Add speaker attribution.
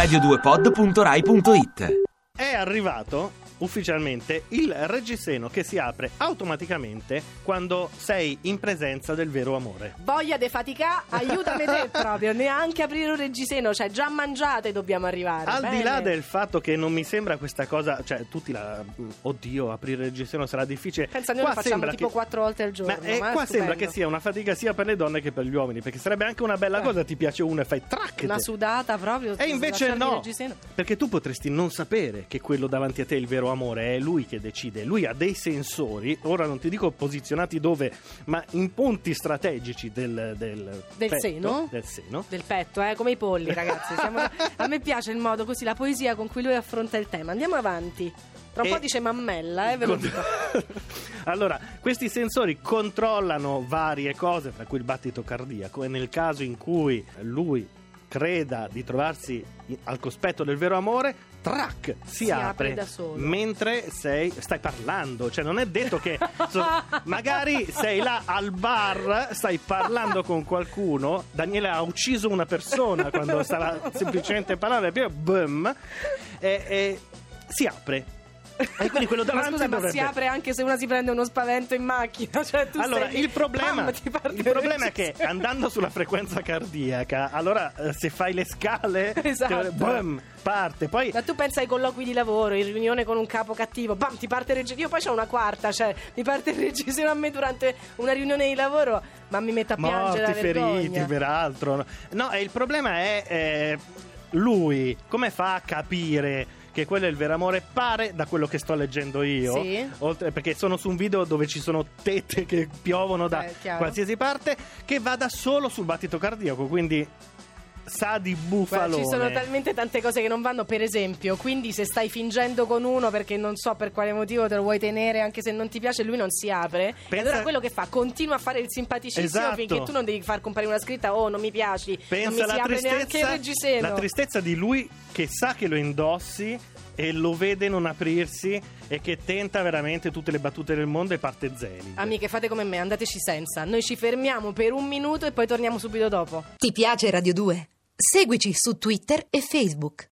Speaker 1: radio2pod.rai.it.
Speaker 2: È arrivato ufficialmente il reggiseno che si apre automaticamente quando sei in presenza del vero amore.
Speaker 3: Voglia de faticà, aiutami te proprio, neanche aprire un reggiseno, cioè già mangiate dobbiamo arrivare.
Speaker 2: Al
Speaker 3: Bene.
Speaker 2: di là del fatto che non mi sembra questa cosa, cioè tutti oddio, aprire il reggiseno sarà difficile.
Speaker 3: Pensa, noi lo facciamo tipo 4 volte al giorno. Ma
Speaker 2: qua
Speaker 3: è
Speaker 2: sembra che sia una fatica sia per le donne che per gli uomini, perché sarebbe anche una bella cosa, ti piace uno e fai track.
Speaker 3: Una sudata proprio.
Speaker 2: E invece no, perché tu potresti non sapere che quello davanti a te è il vero amore, è lui che decide. Lui ha dei sensori, ora non ti dico posizionati dove, ma in punti strategici del petto,
Speaker 3: seno?
Speaker 2: Del seno.
Speaker 3: Del petto, come i polli, ragazzi. A me piace il modo così, la poesia con cui lui affronta il tema. Andiamo avanti. Tra un po' dice mammella, ve lo dico.
Speaker 2: Allora, questi sensori controllano varie cose, tra cui il battito cardiaco, e nel caso in cui lui creda di trovarsi al cospetto del vero amore, track, si apre
Speaker 3: da solo
Speaker 2: mentre stai parlando. Cioè non è detto che magari sei là al bar, stai parlando con qualcuno. Daniele ha ucciso una persona quando stava semplicemente parlando e poi boom, e si apre. E quindi quello davanti
Speaker 3: ma scusa,
Speaker 2: dovrebbe...
Speaker 3: ma si apre anche se una si prende uno spavento in macchina, cioè tu
Speaker 2: allora
Speaker 3: sei lì,
Speaker 2: il problema è che
Speaker 3: reggiseno.
Speaker 2: andando sulla frequenza cardiaca, allora se fai le scale,
Speaker 3: esatto,
Speaker 2: boom, parte. Poi
Speaker 3: ma tu pensa ai colloqui di lavoro, in riunione con un capo cattivo, bam, ti parte il reggiseno. Io poi c'ho una quarta, cioè mi parte il reggiseno a me durante una riunione di lavoro, ma mi metto a piangere la vergogna.
Speaker 2: feriti peraltro. No, e il problema è lui come fa a capire che quello è il vero amore? Pare, da quello che sto leggendo io,
Speaker 3: sì,
Speaker 2: oltre, perché sono su un video dove ci sono tette che piovono da qualsiasi parte, che vada solo sul battito cardiaco, quindi sa di bufalone.
Speaker 3: Ci sono talmente tante cose che non vanno, per esempio, quindi se stai fingendo con uno perché non so per quale motivo te lo vuoi tenere anche se non ti piace, lui non si apre, e allora quello che fa, continua a fare il simpaticissimo, esatto, finché tu non devi far comparire una scritta "oh, non mi piaci", non mi si apre neanche il reggiseno.
Speaker 2: La tristezza di lui che sa che lo indossi e lo vede non aprirsi e che tenta veramente tutte le battute del mondo e parte zelida.
Speaker 3: Amiche, fate come me, andateci senza. Noi ci fermiamo per 1 minuto e poi torniamo subito dopo.
Speaker 4: Ti piace Radio 2? Seguici su Twitter e Facebook.